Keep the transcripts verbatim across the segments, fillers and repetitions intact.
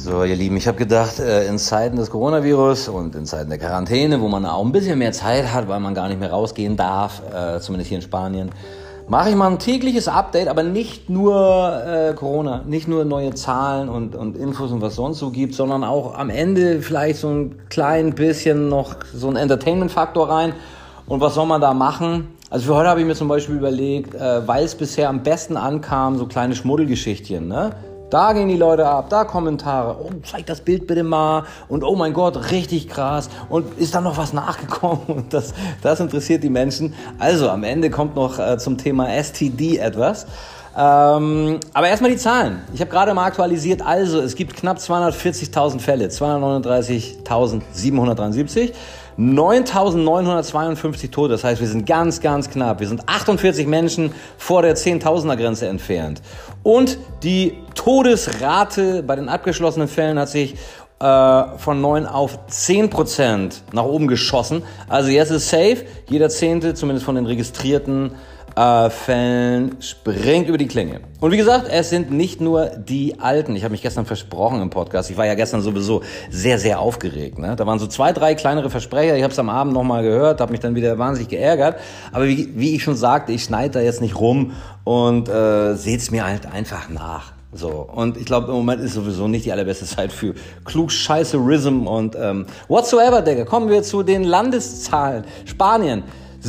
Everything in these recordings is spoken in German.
So, ihr Lieben, ich habe gedacht, in Zeiten des Coronavirus und in Zeiten der Quarantäne, wo man auch ein bisschen mehr Zeit hat, weil man gar nicht mehr rausgehen darf, äh, zumindest hier in Spanien, mache ich mal ein tägliches Update, aber nicht nur äh, Corona, nicht nur neue Zahlen und, und Infos und was sonst so gibt, sondern auch am Ende vielleicht so ein klein bisschen noch so ein Entertainment-Faktor rein. Und was soll man da machen? Also für heute habe ich mir zum Beispiel überlegt, äh, weil es bisher am besten ankam, so kleine Schmuddelgeschichtchen, ne? Da gehen die Leute ab, da Kommentare, oh, zeig das Bild bitte mal und oh mein Gott, richtig krass und ist da noch was nachgekommen und das, das interessiert die Menschen. Also am Ende kommt noch äh, zum Thema S T D etwas. Ähm, aber erstmal die Zahlen. Ich habe gerade mal aktualisiert, also es gibt knapp zweihundertvierzigtausend Fälle, zweihundertneununddreißigtausendsiebenhundertdreiundsiebzig, neuntausendneunhundertzweiundfünfzig Tote, das heißt, wir sind ganz, ganz knapp. Wir sind achtundvierzig Menschen vor der Zehntausender-Grenze entfernt. Und die Todesrate bei den abgeschlossenen Fällen hat sich äh, von neun auf zehn Prozent nach oben geschossen. Also jetzt ist safe, jeder Zehnte, zumindest von den registrierten Äh, Fällen, springt über die Klinge. Und wie gesagt, es sind nicht nur die Alten. Ich habe mich gestern versprochen im Podcast. Ich war ja gestern sowieso sehr, sehr aufgeregt. Ne? Da waren so zwei, drei kleinere Versprecher. Ich habe es am Abend nochmal gehört, habe mich dann wieder wahnsinnig geärgert. Aber wie, wie ich schon sagte, ich schneide da jetzt nicht rum und äh, seht's mir halt einfach nach. So, und ich glaube, im Moment ist sowieso nicht die allerbeste Zeit für Klugscheißerism und ähm, whatsoever, Digga. Kommen wir zu den Landeszahlen. Spanien.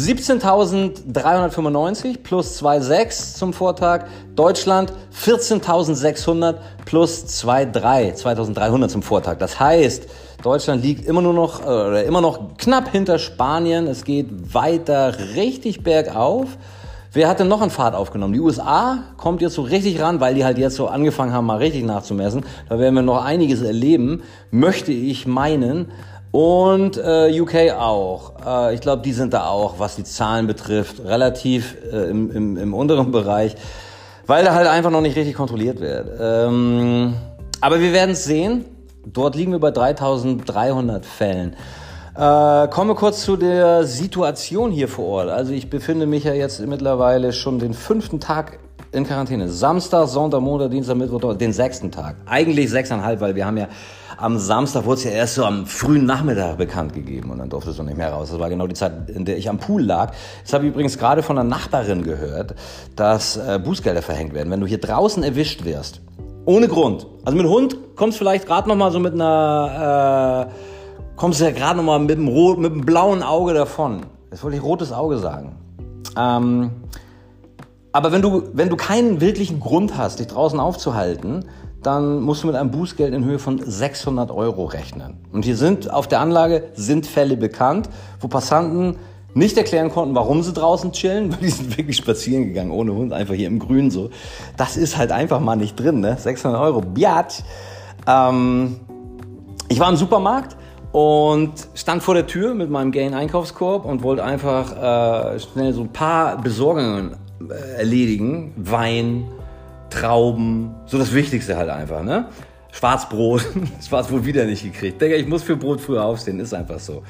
siebzehntausenddreihundertfünfundneunzig plus zwei Komma sechs zum Vortag. Deutschland vierzehntausendsechshundert plus zwei Komma drei, zweitausenddreihundert zum Vortag. Das heißt, Deutschland liegt immer nur noch, äh, immer noch knapp hinter Spanien. Es geht weiter richtig bergauf. Wer hat denn noch an Fahrt aufgenommen? Die U S A kommt jetzt so richtig ran, weil die halt jetzt so angefangen haben, mal richtig nachzumessen. Da werden wir noch einiges erleben, möchte ich meinen. Und äh, U K auch. Äh, ich glaube, die sind da auch, was die Zahlen betrifft, relativ äh, im, im, im unteren Bereich, weil da halt einfach noch nicht richtig kontrolliert wird. Ähm, aber wir werden es sehen. Dort liegen wir bei dreitausenddreihundert Fällen. Äh, kommen wir kurz zu der Situation hier vor Ort. Also ich befinde mich ja jetzt mittlerweile schon den fünften Tag in Quarantäne. Samstag, Sonntag, Montag, Dienstag, Mittwoch, den sechsten Tag. Eigentlich sechseinhalb, weil wir haben ja am Samstag wurde es ja erst so am frühen Nachmittag bekannt gegeben und dann durfte es noch nicht mehr raus. Das war genau die Zeit, in der ich am Pool lag. Jetzt habe ich übrigens gerade von einer Nachbarin gehört, dass äh, Bußgelder verhängt werden, wenn du hier draußen erwischt wirst. Ohne Grund. Also mit Hund kommst du vielleicht gerade noch mal so mit einer, äh, kommst du ja gerade noch mal mit einem, rot, mit einem blauen Auge davon. Jetzt wollte ich rotes Auge sagen. Ähm, aber wenn du, wenn du keinen wirklichen Grund hast, dich draußen aufzuhalten, dann musst du mit einem Bußgeld in Höhe von sechshundert Euro rechnen. Und hier sind auf der Anlage sind Fälle bekannt, wo Passanten nicht erklären konnten, warum sie draußen chillen, weil die sind wirklich spazieren gegangen, ohne Hund, einfach hier im Grün so. Das ist halt einfach mal nicht drin, ne? sechshundert Euro, biatch. Ähm, ich war im Supermarkt und stand vor der Tür mit meinem Gain-Einkaufskorb und wollte einfach äh, schnell so ein paar Besorgungen äh, erledigen. Wein, Trauben, so das Wichtigste halt einfach, ne? Schwarzbrot, Schwarzbrot wieder nicht gekriegt. Digga, ich muss für Brot früher aufstehen, ist einfach so.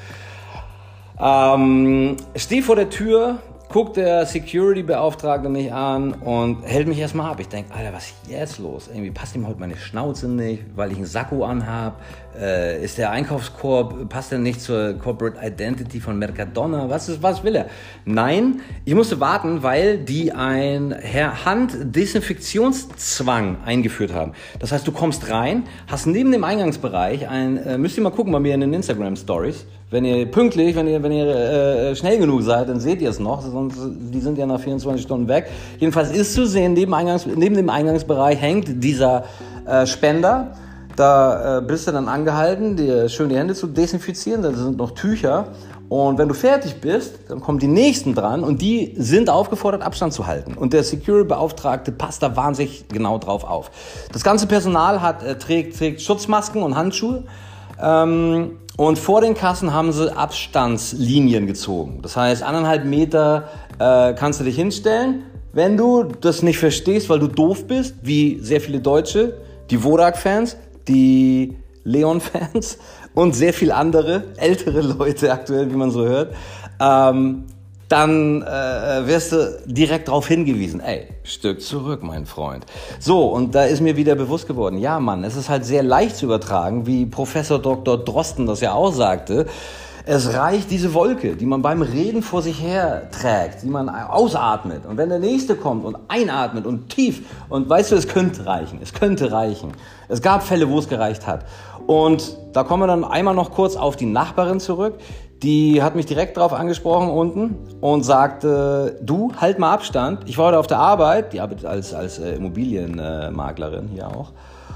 Ähm, steh vor der Tür, guckt der Security-Beauftragte mich an und hält mich erstmal ab. Ich denke, Alter, was ist jetzt los? Irgendwie passt ihm heute meine Schnauze nicht, weil ich einen Sakko anhab. Äh, ist der Einkaufskorb, passt der nicht zur Corporate Identity von Mercadona? Was ist, was will er? Nein, ich musste warten, weil die ein Handdesinfektionszwang eingeführt haben. Das heißt, du kommst rein, hast neben dem Eingangsbereich ein, äh, müsst ihr mal gucken bei mir in den Instagram-Stories. Wenn ihr pünktlich, wenn ihr, wenn ihr äh, schnell genug seid, dann seht ihr es noch, sonst die sind ja nach vierundzwanzig Stunden weg. Jedenfalls ist zu sehen, neben, Eingangs, neben dem Eingangsbereich hängt dieser äh, Spender. Da äh, bist du dann angehalten, dir schön die Hände zu desinfizieren, da sind noch Tücher. Und wenn du fertig bist, dann kommen die Nächsten dran und die sind aufgefordert, Abstand zu halten. Und der Security-Beauftragte passt da wahnsinnig genau drauf auf. Das ganze Personal hat, äh, trägt, trägt Schutzmasken und Handschuhe. Ähm, und vor den Kassen haben sie Abstandslinien gezogen. Das heißt, anderthalb Meter äh, kannst du dich hinstellen. Wenn du das nicht verstehst, weil du doof bist, wie sehr viele Deutsche, die Vodak-Fans, die Leon-Fans und sehr viele andere, ältere Leute aktuell, wie man so hört, ähm, dann äh, wirst du direkt darauf hingewiesen, ey, Stück zurück, mein Freund. So, und da ist mir wieder bewusst geworden, ja Mann, es ist halt sehr leicht zu übertragen, wie Professor Doktor Drosten das ja auch sagte. Es reicht diese Wolke, die man beim Reden vor sich her trägt, die man ausatmet. Und wenn der Nächste kommt und einatmet und tief, und weißt du, es könnte reichen, es könnte reichen. Es gab Fälle, wo es gereicht hat. Und da kommen wir dann einmal noch kurz auf die Nachbarin zurück. Die hat mich direkt drauf angesprochen unten und sagte, du, halt mal Abstand. Ich war heute auf der Arbeit, die arbeitet als, als äh, Immobilienmaklerin hier auch.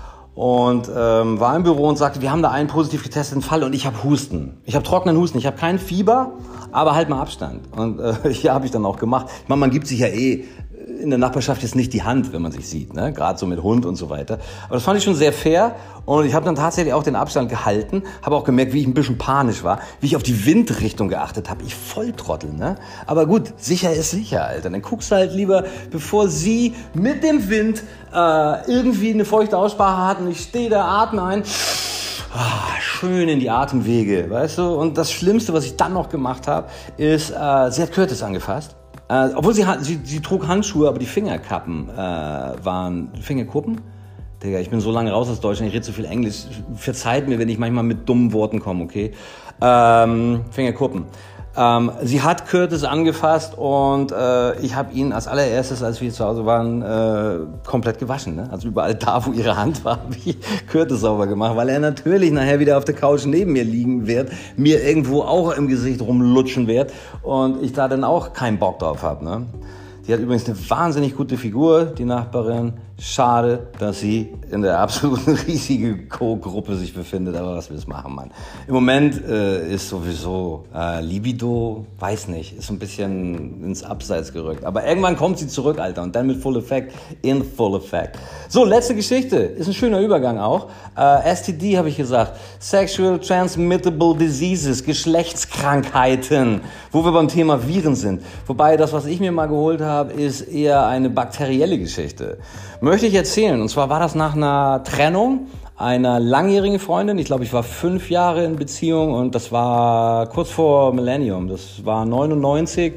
Und ähm, war im Büro und sagte, wir haben da einen positiv getesteten Fall und ich habe Husten. Ich habe trockenen Husten, ich habe kein Fieber, aber halt mal Abstand. Und äh, ja, habe ich dann auch gemacht. Ich meine, man gibt sich ja eh in der Nachbarschaft jetzt nicht die Hand, wenn man sich sieht, ne? Gerade so mit Hund und so weiter. Aber das fand ich schon sehr fair und ich habe dann tatsächlich auch den Abstand gehalten, habe auch gemerkt, wie ich ein bisschen panisch war, wie ich auf die Windrichtung geachtet habe. Ich Volltrottel, ne? Aber gut, sicher ist sicher, Alter. Dann guckst du halt lieber, bevor sie mit dem Wind äh, irgendwie eine feuchte Aussprache hat und ich stehe da, atme ein. Ah, schön in die Atemwege, weißt du? Und das Schlimmste, was ich dann noch gemacht habe, ist, äh, sie hat Curtis angefasst. Äh, obwohl sie, sie, sie trug Handschuhe, aber die Fingerkappen äh, waren Fingerkuppen. Digga, ich bin so lange raus aus Deutschland, ich rede so viel Englisch. Verzeiht mir, wenn ich manchmal mit dummen Worten komme, okay? Ähm, Fingerkuppen. Ähm, sie hat Curtis angefasst und äh, ich habe ihn als allererstes, als wir zu Hause waren, äh, komplett gewaschen. Ne? Also überall da, wo ihre Hand war, habe ich Curtis sauber gemacht, weil er natürlich nachher wieder auf der Couch neben mir liegen wird, mir irgendwo auch im Gesicht rumlutschen wird und ich da dann auch keinen Bock drauf habe. Ne? Die hat übrigens eine wahnsinnig gute Figur, die Nachbarin. Schade, dass sie in der absoluten Risikogruppe sich befindet, aber was willst du machen, Mann? Im Moment äh, ist sowieso äh, Libido, weiß nicht, ist ein bisschen ins Abseits gerückt. Aber irgendwann kommt sie zurück, Alter, und dann mit Full Effect, in Full Effect. So, letzte Geschichte, ist ein schöner Übergang auch. Äh, S T D habe ich gesagt, Sexual Transmittable Diseases, Geschlechtskrankheiten, wo wir beim Thema Viren sind. Wobei das, was ich mir mal geholt habe, ist eher eine bakterielle Geschichte. Möchte ich erzählen. Und zwar war das nach einer Trennung einer langjährigen Freundin. Ich glaube, ich war fünf Jahre in Beziehung und das war kurz vor Millennium. Das war neunundneunzig.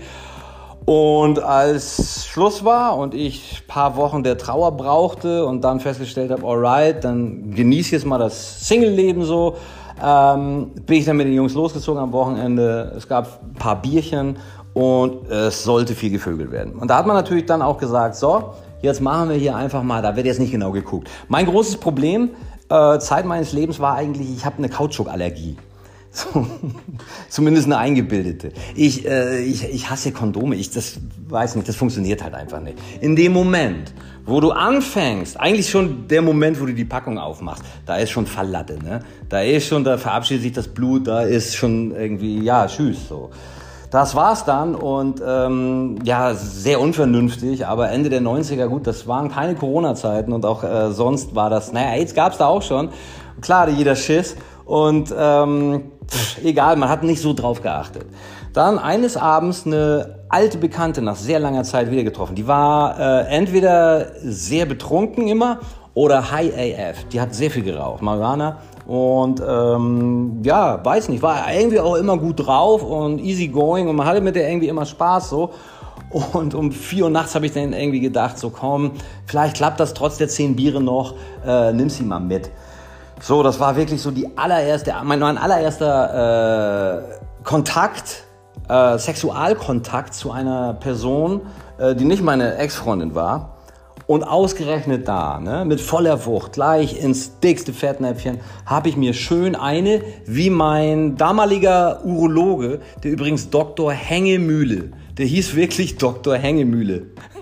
Und als Schluss war und ich ein paar Wochen der Trauer brauchte und dann festgestellt habe, alright, dann genieße jetzt mal das Single-Leben so, ähm, bin ich dann mit den Jungs losgezogen am Wochenende. Es gab ein paar Bierchen und es sollte viel gevögelt werden. Und da hat man natürlich dann auch gesagt, so, jetzt machen wir hier einfach mal, da wird jetzt nicht genau geguckt. Mein großes Problem, äh, Zeit meines Lebens war eigentlich, ich habe eine Kautschukallergie. So, zumindest eine eingebildete. Ich, äh, ich, ich hasse Kondome. Ich das weiß nicht, das funktioniert halt einfach nicht. In dem Moment, wo du anfängst, eigentlich schon der Moment, wo du die Packung aufmachst, da ist schon Verlatte, ne? Da ist schon, da verabschiedet sich das Blut, da ist schon irgendwie, ja, tschüss, so. Das war's dann und ähm, ja, sehr unvernünftig, aber Ende der neunziger, gut, das waren keine Corona-Zeiten und auch äh, sonst war das, naja, AIDS gab's da auch schon, klar, hatte jeder Schiss und ähm, pff, egal, man hat nicht so drauf geachtet. Dann eines Abends eine alte Bekannte nach sehr langer Zeit wieder getroffen, die war äh, entweder sehr betrunken immer oder High A F, die hat sehr viel geraucht, Marihuana. Und ähm, ja, weiß nicht, war irgendwie auch immer gut drauf und easy going und man hatte mit der irgendwie immer Spaß so. Und um vier Uhr nachts habe ich dann irgendwie gedacht, so komm, vielleicht klappt das trotz der zehn Biere noch, äh, nimm sie mal mit. So, das war wirklich so die allererste, mein, mein allererster äh, Kontakt, äh, Sexualkontakt zu einer Person, äh, die nicht meine Ex-Freundin war. Und ausgerechnet da, ne, mit voller Wucht, gleich ins dickste Fettnäpfchen, habe ich mir schön eine, wie mein damaliger Urologe, der übrigens Doktor Hängemühle, der hieß wirklich Doktor Hängemühle.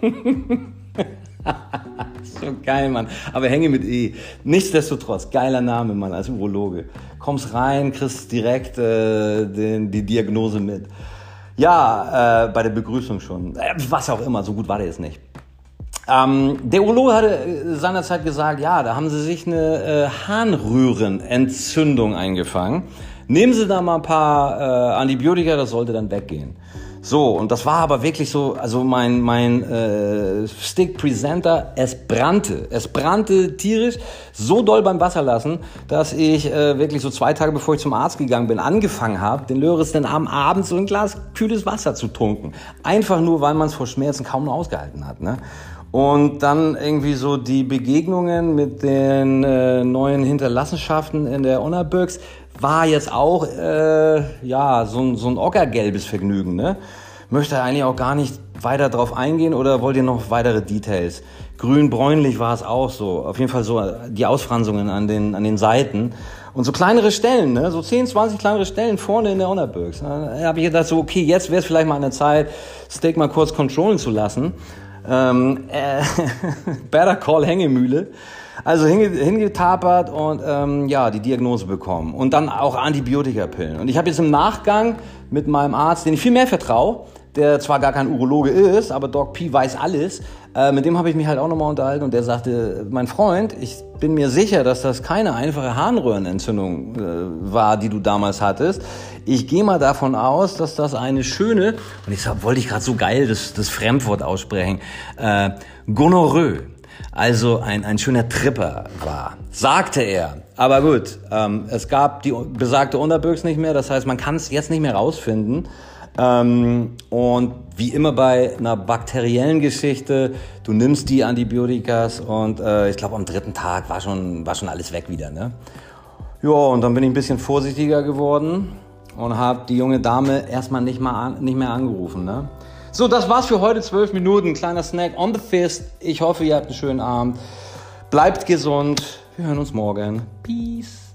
So geil, Mann. Aber Hänge mit E. Nichtsdestotrotz, geiler Name, Mann, als Urologe. Kommst rein, kriegst direkt äh, den, die Diagnose mit. Ja, äh, bei der Begrüßung schon. Äh, was auch immer, so gut war der jetzt nicht. Ähm, der Urologe hatte seinerzeit gesagt, ja, da haben Sie sich eine äh, Harnröhrenentzündung eingefangen. Nehmen Sie da mal ein paar äh, Antibiotika, das sollte dann weggehen. So, und das war aber wirklich so, also mein, mein äh, Stick Presenter, es brannte. Es brannte tierisch, so doll beim Wasserlassen, dass ich äh, wirklich so zwei Tage bevor ich zum Arzt gegangen bin, angefangen habe, den Löris dann am Abend so ein Glas kühles Wasser zu tunken. Einfach nur, weil man es vor Schmerzen kaum noch ausgehalten hat, ne? Und dann irgendwie so die Begegnungen mit den äh, neuen Hinterlassenschaften in der Onabirks war jetzt auch äh, ja so ein, so ein ockergelbes Vergnügen, ne? Möchte eigentlich auch gar nicht weiter drauf eingehen oder wollt ihr noch weitere Details? Grün-bräunlich war es auch so. Auf jeden Fall so die Ausfranzungen an den, an den Seiten. Und so kleinere Stellen, ne? So zehn, zwanzig kleinere Stellen vorne in der Onabirks. Da habe ich gedacht so, okay, jetzt wäre es vielleicht mal an der Zeit, Steak mal kurz controllen zu lassen. Ähm, äh, Better Call Hängemühle. Also hinge, hingetapert und ähm, ja, die Diagnose bekommen. Und dann auch Antibiotikapillen. Und ich habe jetzt im Nachgang mit meinem Arzt, den ich viel mehr vertraue, der zwar gar kein Urologe ist, aber Doc P weiß alles, äh, mit dem habe ich mich halt auch nochmal unterhalten und der sagte, mein Freund, ich bin mir sicher, dass das keine einfache Harnröhrenentzündung äh, war, die du damals hattest. Ich gehe mal davon aus, dass das eine schöne, und ich sag, wollte ich gerade so geil das, das Fremdwort aussprechen, äh, Gonorrhoe, also ein, ein schöner Tripper war, sagte er. Aber gut, ähm, es gab die besagte Onabirks nicht mehr, das heißt, man kann es jetzt nicht mehr rausfinden. Ähm, und wie immer bei einer bakteriellen Geschichte, du nimmst die Antibiotikas und äh, ich glaube am dritten Tag war schon, war schon alles weg wieder, ne? Ja, und dann bin ich ein bisschen vorsichtiger geworden und habe die junge Dame erstmal nicht, mal an, nicht mehr angerufen, ne? So, das war's für heute, zwölf Minuten, kleiner Snack on the fist. Ich hoffe, ihr habt einen schönen Abend. Bleibt gesund, wir hören uns morgen. Peace.